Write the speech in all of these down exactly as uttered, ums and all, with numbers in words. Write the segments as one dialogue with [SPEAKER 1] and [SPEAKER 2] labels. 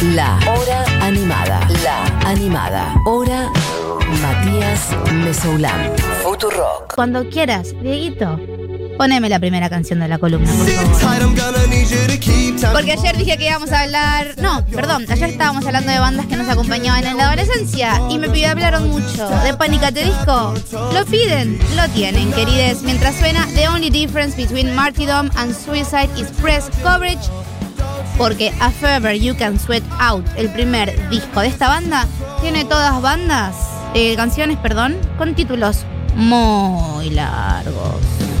[SPEAKER 1] La Hora Animada. La Animada. Hora Matías Mesoulán. Futurock.
[SPEAKER 2] Cuando quieras, Dieguito, poneme la primera canción de la columna, por favor. Porque ayer dije que íbamos a hablar... No, perdón, ayer estábamos hablando de bandas que nos acompañaban en la adolescencia y me pidió, hablaron mucho de Panic! At the Disco. Lo piden, lo tienen, querides. Mientras suena The Only Difference Between Martyrdom and Suicide is Press Coverage, porque A Fever You Can Sweat Out, el primer disco de esta banda, tiene todas bandas, eh, canciones, perdón, con títulos muy largos.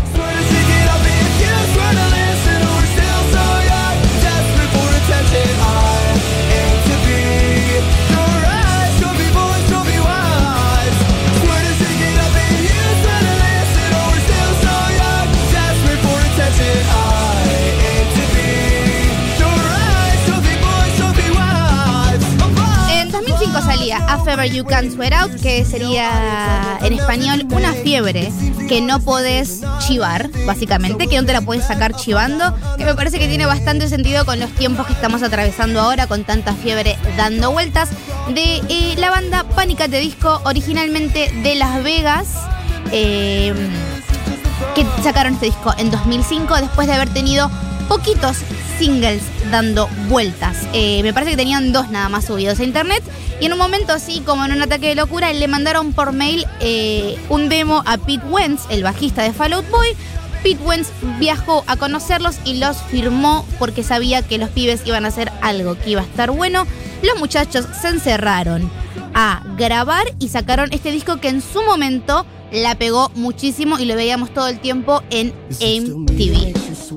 [SPEAKER 2] Salía A Fever You Can Sweat Out, que sería en español una fiebre que no podés chivar, básicamente, que no te la puedes sacar chivando, que me parece que tiene bastante sentido con los tiempos que estamos atravesando ahora, con tanta fiebre dando vueltas, de eh, la banda Panic! At the Disco, originalmente de Las Vegas, eh, que sacaron este disco en dos mil cinco, después de haber tenido poquitos singles dando vueltas. Eh, me parece que tenían dos nada más subidos a internet. Y en un momento así, como en un ataque de locura, le mandaron por mail eh, un demo a Pete Wentz, el bajista de Fall Out Boy. Pete Wentz viajó a conocerlos y los firmó porque sabía que los pibes iban a hacer algo que iba a estar bueno. Los muchachos se encerraron a grabar y sacaron este disco que en su momento la pegó muchísimo y lo veíamos todo el tiempo en M T V.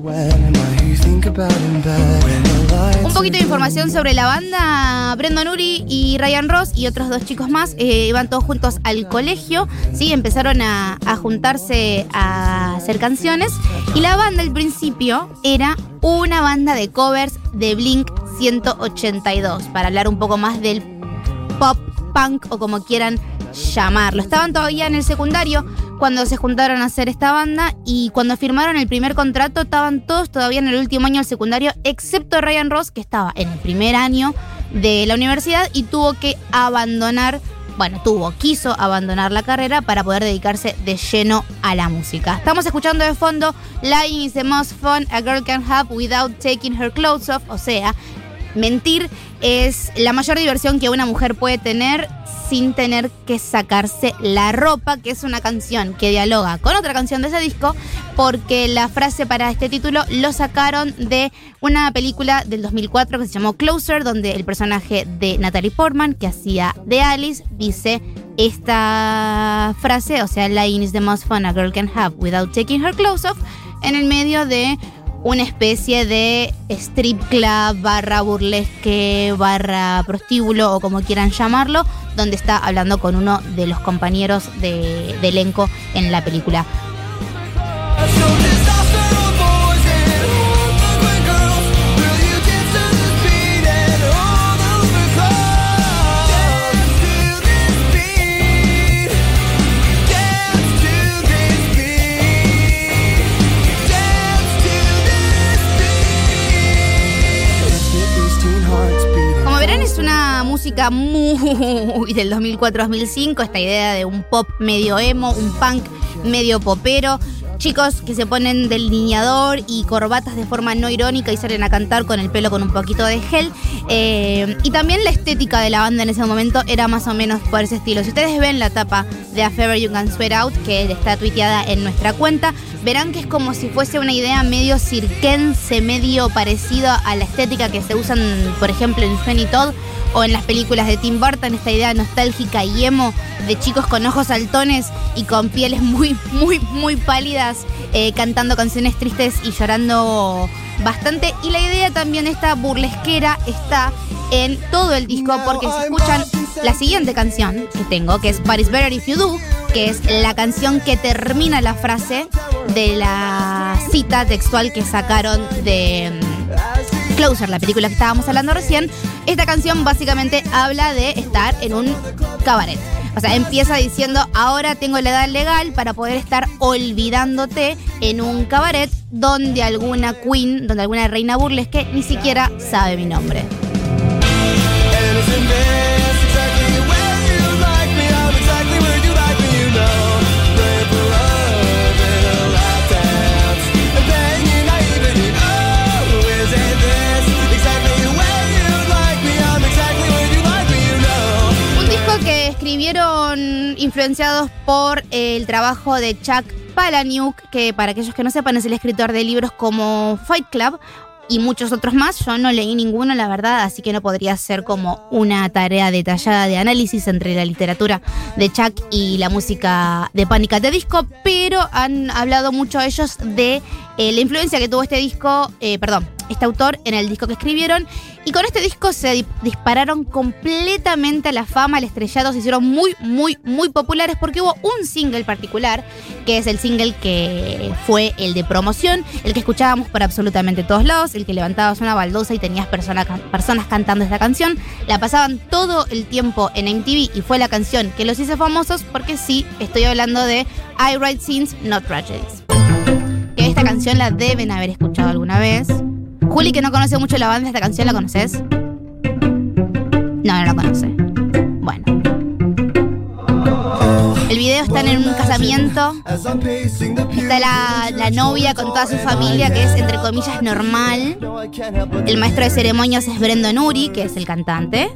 [SPEAKER 2] Un poquito de información sobre la banda. Brendan Urie y Ryan Ross y otros dos chicos más eh, iban todos juntos al colegio, ¿sí? Empezaron a, a juntarse a hacer canciones y la banda al principio era una banda de covers de Blink ciento ochenta y dos, para hablar un poco más del pop punk o como quieran llamarlo. Estaban todavía en el secundario cuando se juntaron a hacer esta banda y cuando firmaron el primer contrato estaban todos todavía en el último año del secundario, excepto Ryan Ross, que estaba en el primer año de la universidad y tuvo que abandonar, bueno, tuvo, quiso abandonar la carrera para poder dedicarse de lleno a la música. Estamos escuchando de fondo Lying is the most fun a girl can have without taking her clothes off, o sea, mentir es la mayor diversión que una mujer puede tener sin tener que sacarse la ropa, que es una canción que dialoga con otra canción de ese disco, porque la frase para este título lo sacaron de una película del dos mil cuatro que se llamó Closer, donde el personaje de Natalie Portman, que hacía de Alice, dice esta frase, o sea, lying is the most fun a girl can have without taking her clothes off, en el medio de una especie de strip club barra burlesque barra prostíbulo o como quieran llamarlo, donde está hablando con uno de los compañeros de, de elenco en la película. Música muy del dos mil cuatro dos mil cinco, esta idea de un pop medio emo, un punk medio popero, chicos que se ponen delineador y corbatas de forma no irónica y salen a cantar con el pelo con un poquito de gel, eh, y también la estética de la banda en ese momento era más o menos por ese estilo. Si ustedes ven la tapa de A Fever You Can Sweat Out, que está tuiteada en nuestra cuenta, verán que es como si fuese una idea medio circense, medio parecido a la estética que se usan, por ejemplo, en Sweeney Todd o en las películas de Tim Burton, esta idea nostálgica y emo de chicos con ojos saltones y con pieles muy, muy, muy pálidas, eh, cantando canciones tristes y llorando bastante. Y la idea también esta burlesquera está en todo el disco, porque si escuchan la siguiente canción que tengo, que es But It's Better If You Do, que es la canción que termina la frase de la cita textual que sacaron de Closer, la película que estábamos hablando recién. Esta canción básicamente habla de estar en un cabaret. O sea, empieza diciendo, ahora tengo la edad legal para poder estar olvidándote en un cabaret donde alguna queen, donde alguna reina burlesque ni siquiera sabe mi nombre. escribieron influenciados por el trabajo de Chuck Palahniuk, que para aquellos que no sepan es el escritor de libros como Fight Club y muchos otros más. Yo no leí ninguno, la verdad, así que no podría ser como una tarea detallada de análisis entre la literatura de Chuck y la música de Panic! At the Disco, pero han hablado mucho ellos de eh, la influencia que tuvo este disco, eh, perdón, este autor en el disco que escribieron. Y con este disco se di- dispararon completamente a la fama, al estrellato, se hicieron muy, muy, muy populares porque hubo un single particular, que es el single que fue el de promoción, el que escuchábamos por absolutamente todos lados, el que levantabas una baldosa y tenías persona, personas cantando esta canción. La pasaban todo el tiempo en M T V y fue la canción que los hizo famosos porque sí, estoy hablando de I Write Scenes, Not Tragedies. Que esta canción la deben haber escuchado alguna vez. Juli, que no conoce mucho la banda, ¿esta canción la conoces? No, no la conoce. Bueno. El video está en un casamiento. Está la, la novia con toda su familia, que es, entre comillas, normal. El maestro de ceremonias es Brendon Urie, que es el cantante.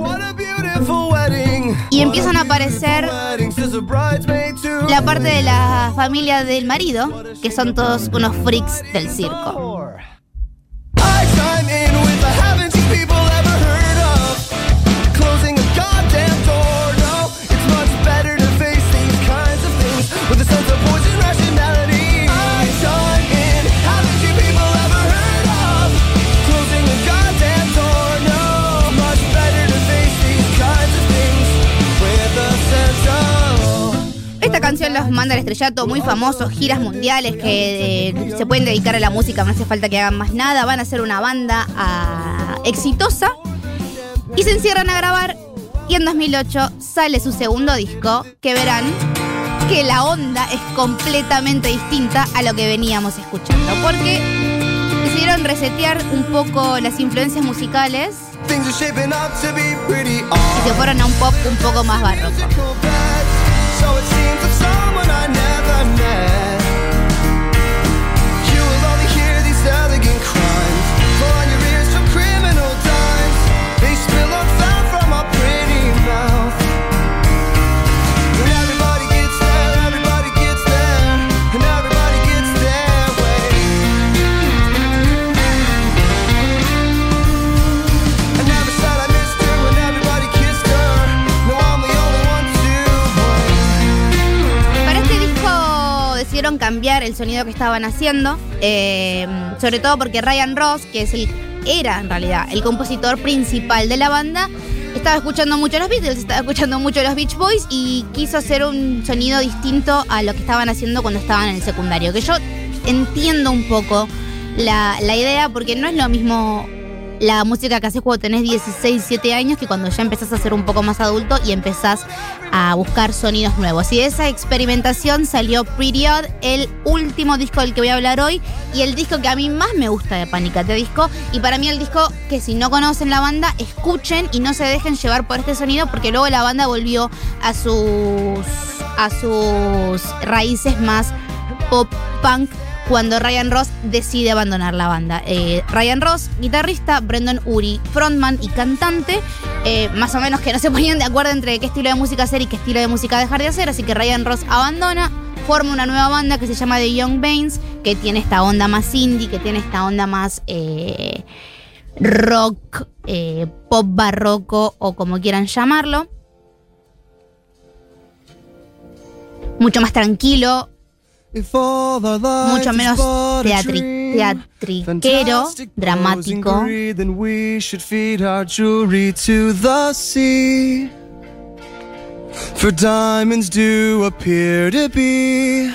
[SPEAKER 2] Y empiezan a aparecer la parte de la familia del marido, que son todos unos freaks del circo. Esta canción los manda al estrellato, muy famosos, giras mundiales que eh, se pueden dedicar a la música, no hace falta que hagan más nada, van a ser una banda a, exitosa y se encierran a grabar y en dos mil ocho sale su segundo disco, que verán que la onda es completamente distinta a lo que veníamos escuchando, porque decidieron resetear un poco las influencias musicales y se fueron a un pop un poco más barroco. So it seems that someone I never met. You will only hear these elegant crimes fall on your ears from criminal dimes. They spill on fell from a pretty mouth. And everybody gets there, everybody gets there, and everybody gets their way. I never said I missed her when everybody kissed her. No, I'm the only one to decidieron cambiar el sonido que estaban haciendo, eh, sobre todo porque Ryan Ross, que es el, era en realidad el compositor principal de la banda, estaba escuchando mucho los Beatles, estaba escuchando mucho los Beach Boys y quiso hacer un sonido distinto a lo que estaban haciendo cuando estaban en el secundario. Que yo entiendo un poco la, la idea, porque no es lo mismo la música que haces cuando tenés dieciséis, diecisiete años que cuando ya empezás a ser un poco más adulto y empezás a buscar sonidos nuevos. Y de esa experimentación salió Pretty Odd, el último disco del que voy a hablar hoy y el disco que a mí más me gusta de Panic! At the Disco, y para mí el disco que, si no conocen la banda, escuchen y no se dejen llevar por este sonido, porque luego la banda volvió a sus a sus raíces más pop punk cuando Ryan Ross decide abandonar la banda. Eh, Ryan Ross, guitarrista, Brendon Urie, frontman y cantante, eh, más o menos que no se ponían de acuerdo entre qué estilo de música hacer y qué estilo de música dejar de hacer, así que Ryan Ross abandona, forma una nueva banda que se llama The Young Baines, que tiene esta onda más indie, que tiene esta onda más eh, rock, eh, pop barroco o como quieran llamarlo. Mucho más tranquilo, mucho menos teatri- teatriquero, dramático.
[SPEAKER 3] For diamonds do appear to be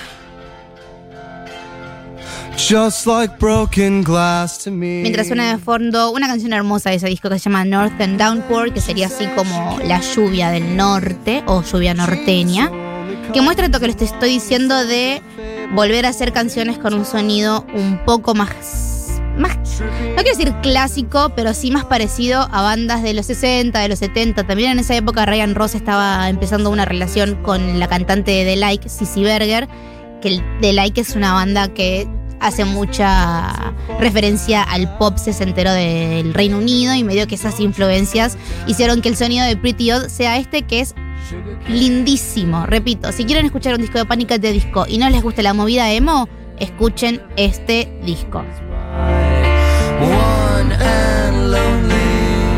[SPEAKER 3] just like broken glass to me.
[SPEAKER 2] Mientras suena de fondo una canción hermosa de ese disco que se llama Northern Downpour, que sería así como la lluvia del norte o lluvia norteña, que muestra esto que les estoy diciendo de volver a hacer canciones con un sonido un poco más, más, no quiero decir clásico, pero sí más parecido a bandas de los sesenta, de los setenta. También en esa época Ryan Ross estaba empezando una relación con la cantante de The Like, Sissy Berger, que The Like es una banda que hace mucha referencia al pop sesentero del Reino Unido, y medio que esas influencias hicieron que el sonido de Pretty Odd sea este, que es lindísimo. Repito, si quieren escuchar un disco de Panic! At the Disco y no les gusta la movida emo, escuchen este disco.
[SPEAKER 3] One and lonely.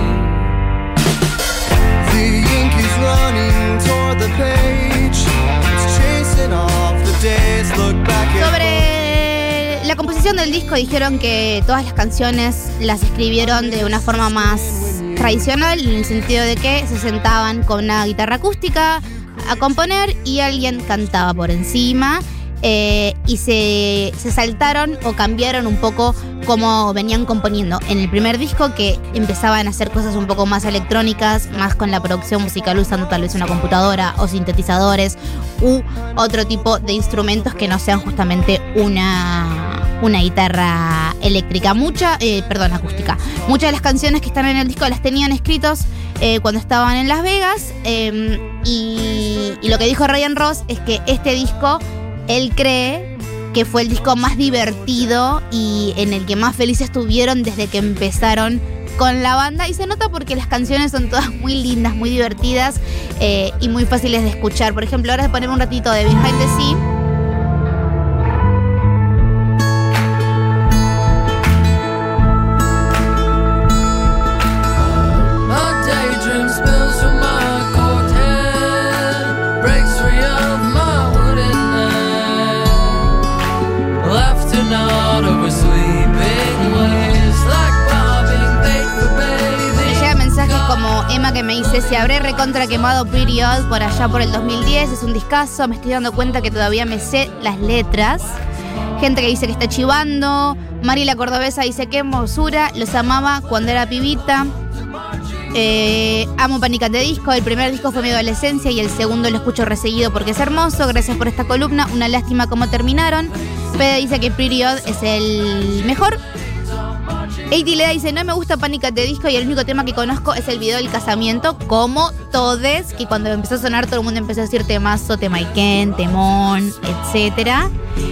[SPEAKER 3] The ink is running toward the page. It's chasing off the days. Look back at
[SPEAKER 2] Sobre la composición del disco dijeron que todas las canciones las escribieron de una forma más tradicional, en el sentido de que se sentaban con una guitarra acústica a componer y alguien cantaba por encima. Eh, y se, se saltaron o cambiaron un poco cómo venían componiendo en el primer disco, que empezaban a hacer cosas un poco más electrónicas, más con la producción musical usando tal vez una computadora o sintetizadores u otro tipo de instrumentos que no sean justamente una, una guitarra eléctrica. Mucha, eh, perdón, acústica. Muchas de las canciones que están en el disco las tenían escritos eh, cuando estaban en Las Vegas, eh, y, y lo que dijo Ryan Ross es que este disco él cree que fue el disco más divertido y en el que más felices estuvieron desde que empezaron con la banda. Y se nota porque las canciones son todas muy lindas, muy divertidas eh, y muy fáciles de escuchar. Por ejemplo, ahora voy a poner un ratito de Behind the Sea. Emma que me dice, se habré recontra quemado Period por allá por el dos mil diez, es un discazo, me estoy dando cuenta que todavía me sé las letras. Gente que dice que está chivando. Mari la Cordobesa dice, qué hermosura, los amaba cuando era pibita. Eh, amo Panic! At the Disco, el primer disco fue mi adolescencia y el segundo lo escucho reseguido porque es hermoso, gracias por esta columna, una lástima cómo terminaron. Fede dice que Period es el mejor. Eiti Leda dice, no me gusta Panic! At the Disco y el único tema que conozco es el video del casamiento, como todes, que cuando empezó a sonar todo el mundo empezó a decir temazo, temaiken, temón, etcétera.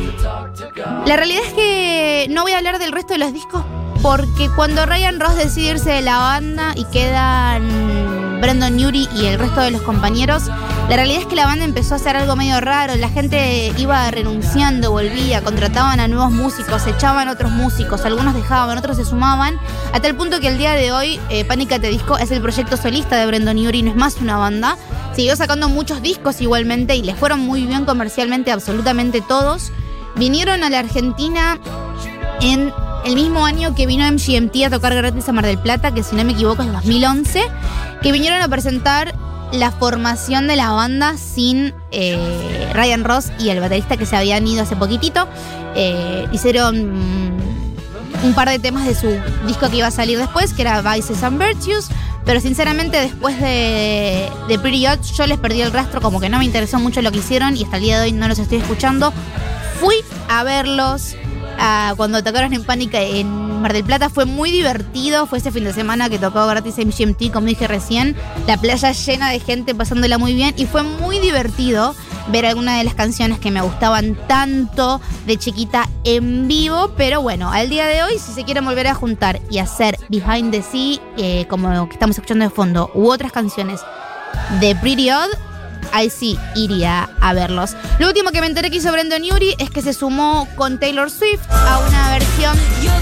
[SPEAKER 2] La realidad es que no voy a hablar del resto de los discos porque cuando Ryan Ross decide irse de la banda y quedan Brendon Urie y el resto de los compañeros, la realidad es que la banda empezó a hacer algo medio raro. La gente iba renunciando, volvía, contrataban a nuevos músicos, echaban otros músicos, algunos dejaban, otros se sumaban, a tal punto que el día de hoy eh, Panic! At the Disco es el proyecto solista de Brendon Urie, no es más una banda. Siguió sacando muchos discos igualmente y les fueron muy bien comercialmente absolutamente todos. Vinieron a la Argentina en el mismo año que vino M G M T a tocar gratis a Mar del Plata, que si no me equivoco es dos mil once, que vinieron a presentar la formación de la banda sin eh, Ryan Ross y el baterista que se habían ido hace poquitito. Eh, hicieron mm, un par de temas de su disco que iba a salir después, que era Vices and Virtues, pero sinceramente después de, de Period yo les perdí el rastro, como que no me interesó mucho lo que hicieron y hasta el día de hoy no los estoy escuchando. Fui a verlos uh, cuando tocaron en Panic! En Mar del Plata, fue muy divertido, fue ese fin de semana que tocó gratis M G M T, como dije recién, la playa llena de gente pasándola muy bien y fue muy divertido ver algunas de las canciones que me gustaban tanto de chiquita en vivo. Pero bueno, al día de hoy, si se quieren volver a juntar y hacer Behind the Sea, eh, como que estamos escuchando de fondo, u otras canciones de Period, ahí sí iría a verlos. Lo último que me enteré que hizo Brendon Urie es que se sumó con Taylor Swift a una versión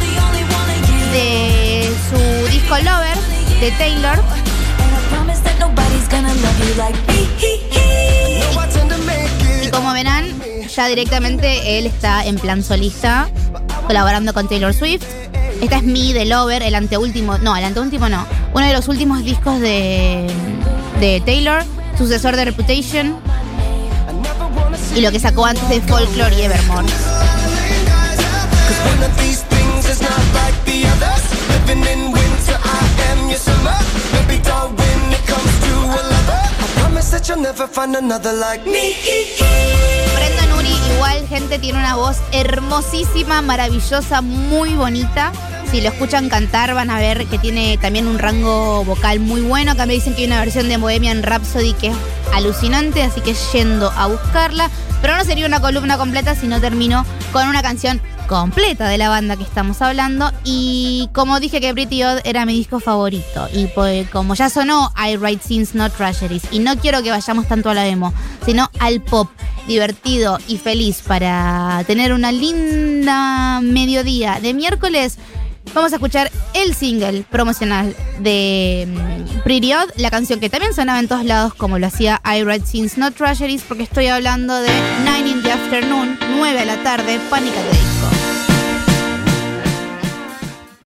[SPEAKER 2] de su disco Lover de Taylor. Y como verán, ya directamente él está en plan solista, colaborando con Taylor Swift. Esta es Mi de Lover, el anteúltimo, no, el anteúltimo no, uno de los últimos discos de, de Taylor, sucesor de Reputation, y lo que sacó antes de Folklore y Evermore. Brendon Urie, igual, gente, tiene una voz hermosísima, maravillosa, muy bonita. Si lo escuchan cantar van a ver que tiene también un rango vocal muy bueno. Acá me dicen que hay una versión de Bohemian Rhapsody que es alucinante, así que yendo a buscarla. Pero no sería una columna completa si no termino con una canción completa de la banda que estamos hablando. Y como dije que Pretty Odd era mi disco favorito, y pues como ya sonó I Write Sins Not Tragedies, y no quiero que vayamos tanto a la emo, sino al pop divertido y feliz para tener una linda mediodía de miércoles, vamos a escuchar el single promocional de Pretty Odd, la canción que también sonaba en todos lados como lo hacía I Write Sins Not Tragedies, porque estoy hablando de Nine in the Afternoon, nueve a la tarde, Panic! At the Disco.